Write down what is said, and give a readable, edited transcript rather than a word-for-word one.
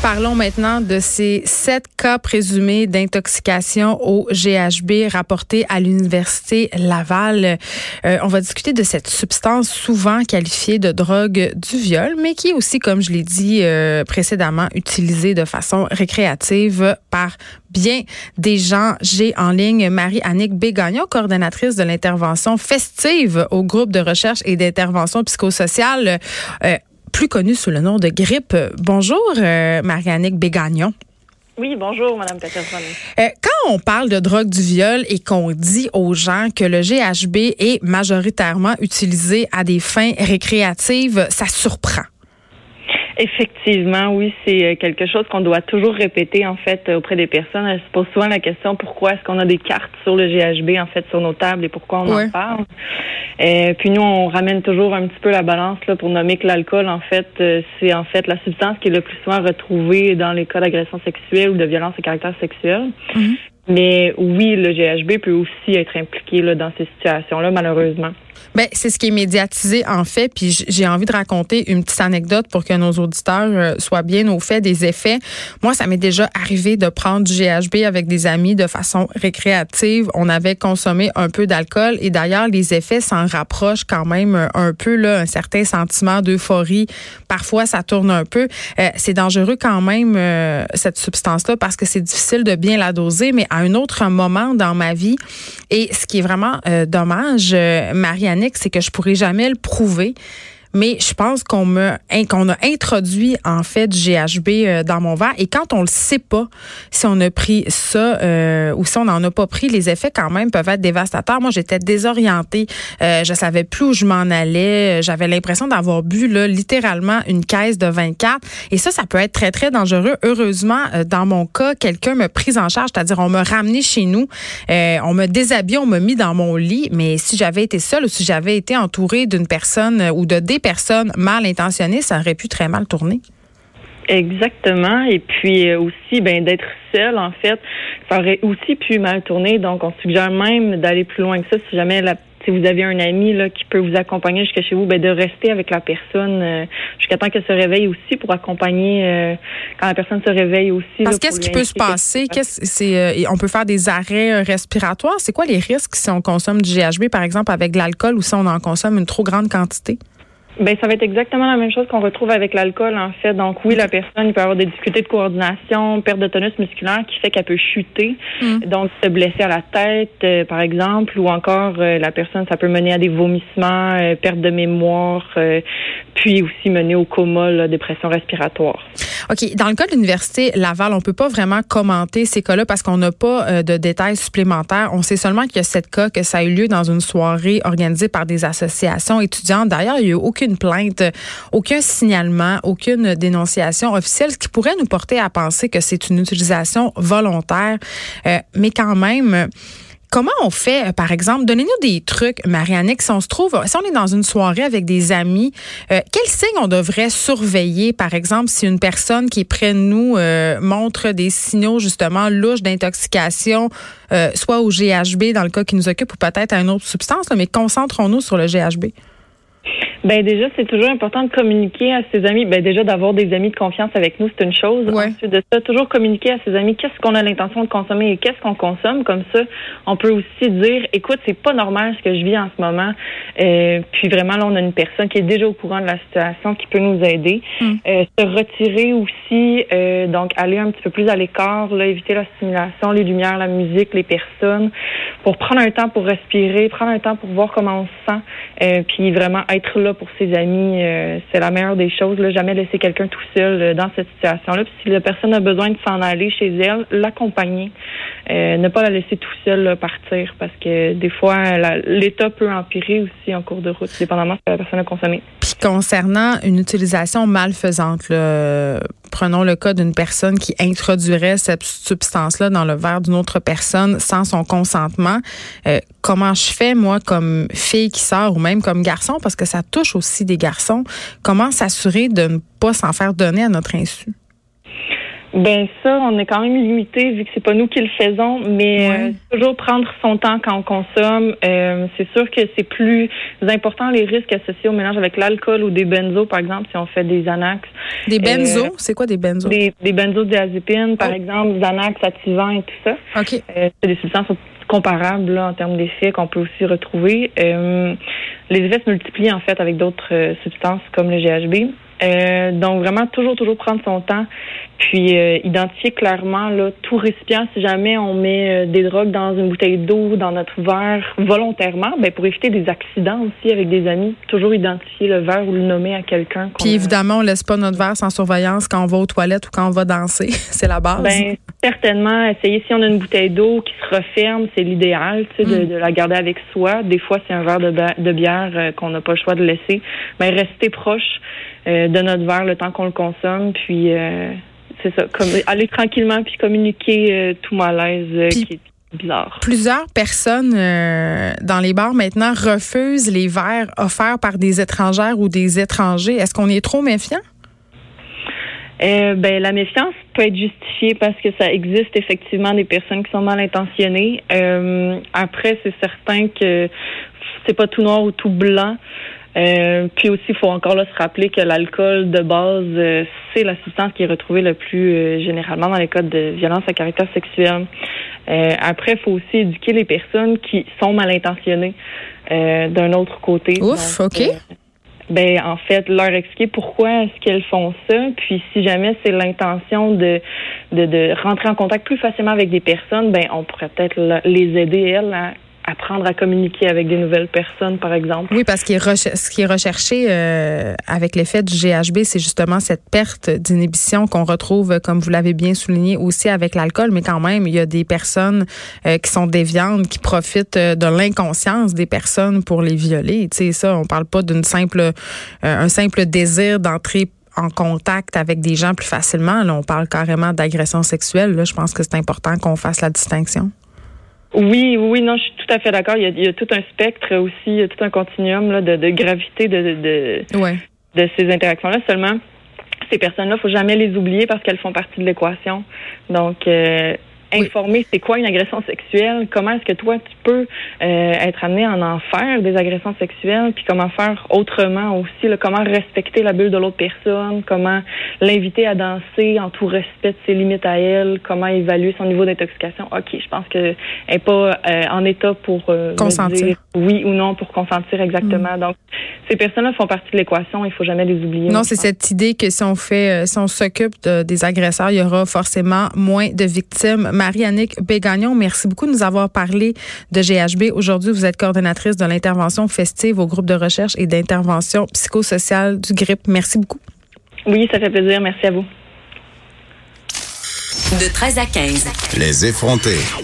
Parlons maintenant de ces 7 cas présumés d'intoxication au GHB rapportés à l'Université Laval. On va discuter de cette substance souvent qualifiée de drogue du viol, mais qui est aussi, comme je l'ai dit précédemment, utilisée de façon récréative par bien des gens. J'ai en ligne Marie-Annick Bégagnon, coordonnatrice de l'intervention festive au groupe de recherche et d'intervention psychosociale, plus connue sous le nom de GRIP. Bonjour, Marie-Annick Bégagnon. Oui, bonjour, Mme Peterson. Quand on parle de drogue du viol et qu'on dit aux gens que le GHB est majoritairement utilisé à des fins récréatives, ça surprend. Effectivement, oui, c'est quelque chose qu'on doit toujours répéter, en fait, auprès des personnes. Elles se posent souvent la question, pourquoi est-ce qu'on a des cartes sur le GHB, en fait, sur nos tables et pourquoi on en parle? Puis nous, on ramène toujours un petit peu la balance là pour nommer que l'alcool, en fait, c'est en fait la substance qui est le plus souvent retrouvée dans les cas d'agression sexuelle ou de violence à caractère sexuel. Mm-hmm. Mais oui, le GHB peut aussi être impliqué là, dans ces situations-là, malheureusement. Ben, c'est ce qui est médiatisé, en fait. Puis j'ai envie de raconter une petite anecdote pour que nos auditeurs soient bien au fait des effets. Moi, ça m'est déjà arrivé de prendre du GHB avec des amis de façon récréative. On avait consommé un peu d'alcool et d'ailleurs, les effets s'en rapprochent quand même un peu, là, un certain sentiment d'euphorie. Parfois, ça tourne un peu. C'est dangereux quand même, cette substance-là, parce que c'est difficile de bien la doser, mais à un autre moment dans ma vie, et ce qui est vraiment dommage, Marie-Annick, c'est que je pourrais jamais le prouver. Mais je pense qu'on a introduit, en fait, du GHB dans mon verre. Et quand on le sait pas, si on a pris ça ou si on n'en a pas pris, les effets, quand même, peuvent être dévastateurs. Moi, j'étais désorientée. Je savais plus où je m'en allais. J'avais l'impression d'avoir bu, là, littéralement une caisse de 24. Et ça peut être très, très dangereux. Heureusement, dans mon cas, quelqu'un m'a prise en charge. C'est-à-dire, on m'a ramené chez nous. On m'a déshabillé, on m'a mis dans mon lit. Mais si j'avais été seule ou si j'avais été entourée d'une personne ou de des personnes mal intentionnées, ça aurait pu très mal tourner. Exactement. Et puis aussi, d'être seule, en fait, ça aurait aussi pu mal tourner. Donc, on suggère même d'aller plus loin que ça. Si jamais si vous avez un ami là qui peut vous accompagner jusqu'à chez vous, de rester avec la personne jusqu'à temps qu'elle se réveille aussi pour accompagner quand la personne se réveille aussi. Parce qu'est-ce qui peut se passer? On peut faire des arrêts respiratoires. C'est quoi les risques si on consomme du GHB, par exemple, avec de l'alcool ou si on en consomme une trop grande quantité? Ça va être exactement la même chose qu'on retrouve avec l'alcool, en fait. Donc, oui, la personne, il peut avoir des difficultés de coordination, perte de tonus musculaire qui fait qu'elle peut chuter, donc se blesser à la tête, par exemple, ou encore la personne, ça peut mener à des vomissements, perte de mémoire, puis aussi mener au coma, là, dépression respiratoire. OK. Dans le cas de l'Université Laval, on peut pas vraiment commenter ces cas-là parce qu'on n'a pas de détails supplémentaires. On sait seulement qu'il y a 7 cas, que ça a eu lieu dans une soirée organisée par des associations étudiantes. D'ailleurs, il n'y a eu aucune plainte, aucun signalement, aucune dénonciation officielle, ce qui pourrait nous porter à penser que c'est une utilisation volontaire. Mais quand même, comment on fait, par exemple, donnez-nous des trucs, Marie-Annick, si on est dans une soirée avec des amis, quels signes on devrait surveiller, par exemple, si une personne qui est près de nous montre des signaux, justement, louches d'intoxication, soit au GHB, dans le cas qui nous occupe, ou peut-être à une autre substance, là, mais concentrons-nous sur le GHB. Déjà, c'est toujours important de communiquer à ses amis. Déjà, d'avoir des amis de confiance avec nous, c'est une chose. Ouais. Ensuite de ça, toujours communiquer à ses amis qu'est-ce qu'on a l'intention de consommer et qu'est-ce qu'on consomme. Comme ça, on peut aussi dire, écoute, c'est pas normal ce que je vis en ce moment. Puis vraiment, là, on a une personne qui est déjà au courant de la situation qui peut nous aider. Se retirer aussi, donc aller un petit peu plus à l'écart, là, éviter la stimulation, les lumières, la musique, les personnes, pour prendre un temps pour respirer, prendre un temps pour voir comment on se sent, puis vraiment être là pour ses amis, c'est la meilleure des choses. Là, jamais laisser quelqu'un tout seul dans cette situation-là. Puis si la personne a besoin de s'en aller chez elle, l'accompagner. Ne pas la laisser tout seul là, partir parce que des fois, l'état peut empirer aussi en cours de route, dépendamment de ce que la personne a consommé. Puis concernant une utilisation malfaisante, là, prenons le cas d'une personne qui introduirait cette substance-là dans le verre d'une autre personne sans son consentement. Comment je fais, moi, comme fille qui sort ou même comme garçon, parce que ça touche aussi des garçons, comment s'assurer de ne pas s'en faire donner à notre insu? Ben ça, on est quand même limité vu que c'est pas nous qui le faisons, mais toujours prendre son temps quand on consomme. C'est sûr que c'est plus important les risques associés au mélange avec l'alcool ou des benzos, par exemple, si on fait des Xanax. Des benzos? C'est quoi des benzos? Des benzodiazépines, par exemple, Xanax, Ativan et tout ça. OK. C'est des substances comparables là, en termes d'effets qu'on peut aussi retrouver. Les effets se multiplient en fait avec d'autres substances comme le GHB. Donc vraiment toujours prendre son temps, puis identifier clairement là tout récipient. Si jamais on met des drogues dans une bouteille d'eau, dans notre verre volontairement, ben pour éviter des accidents aussi avec des amis, toujours identifier le verre ou le nommer à quelqu'un. Puis évidemment, on laisse pas notre verre sans surveillance quand on va aux toilettes ou quand on va danser. C'est la base. Ben certainement, essayer si on a une bouteille d'eau qui se referme, c'est l'idéal, tu sais, de la garder avec soi. Des fois, c'est un verre de bière qu'on n'a pas le choix de laisser, mais rester proche de notre verre le temps qu'on le consomme, puis c'est ça, comme aller tranquillement puis communiquer tout malaise qui est bizarre. Plusieurs personnes dans les bars maintenant refusent les verres offerts par des étrangères ou des étrangers. Est-ce qu'on est trop méfiant? Ben la méfiance peut être justifiée parce que ça existe effectivement des personnes qui sont mal intentionnées. Après, c'est certain que c'est pas tout noir ou tout blanc. Puis aussi, il faut encore là se rappeler que l'alcool de base, c'est la substance qui est retrouvée le plus généralement dans les cas de violence à caractère sexuel. Après, il faut aussi éduquer les personnes qui sont mal intentionnées d'un autre côté. Ouf, donc, OK. Ben en fait, leur expliquer pourquoi est-ce qu'elles font ça, puis si jamais c'est l'intention de rentrer en contact plus facilement avec des personnes, ben on pourrait peut-être les aider elles à apprendre à communiquer avec des nouvelles personnes, par exemple. Oui, parce que ce qui est recherché avec l'effet du GHB, c'est justement cette perte d'inhibition qu'on retrouve, comme vous l'avez bien souligné, aussi avec l'alcool. Mais quand même, il y a des personnes qui sont déviantes, qui profitent de l'inconscience des personnes pour les violer. Tu sais, ça, on parle pas d'un simple désir d'entrer en contact avec des gens plus facilement. Là, on parle carrément d'agression sexuelle. Là, je pense que c'est important qu'on fasse la distinction. Oui, non, je suis tout à fait d'accord. Il y a tout un spectre aussi, il y a tout un continuum là, de gravité de ces interactions-là. Seulement, ces personnes-là, faut jamais les oublier parce qu'elles font partie de l'équation. Donc, informer, c'est quoi une agression sexuelle? Comment est-ce que toi, tu peux être amené à en faire des agressions sexuelles? Puis comment faire autrement aussi? Là, comment respecter la bulle de l'autre personne? Comment l'inviter à danser en tout respect de ses limites à elle? Comment évaluer son niveau d'intoxication? OK, je pense qu'elle n'est pas en état pour me dire oui ou non pour consentir exactement. Donc, ces personnes-là font partie de l'équation. Il ne faut jamais les oublier. Non, c'est cette idée que si on s'occupe des agresseurs, il y aura forcément moins de victimes. Marie-Annick Bégagnon, merci beaucoup de nous avoir parlé de GHB. Aujourd'hui, vous êtes coordonnatrice de l'intervention festive au groupe de recherche et d'intervention psychosociale du GRIP. Merci beaucoup. Oui, ça fait plaisir. Merci à vous. De 13 à 15. Les effrontés.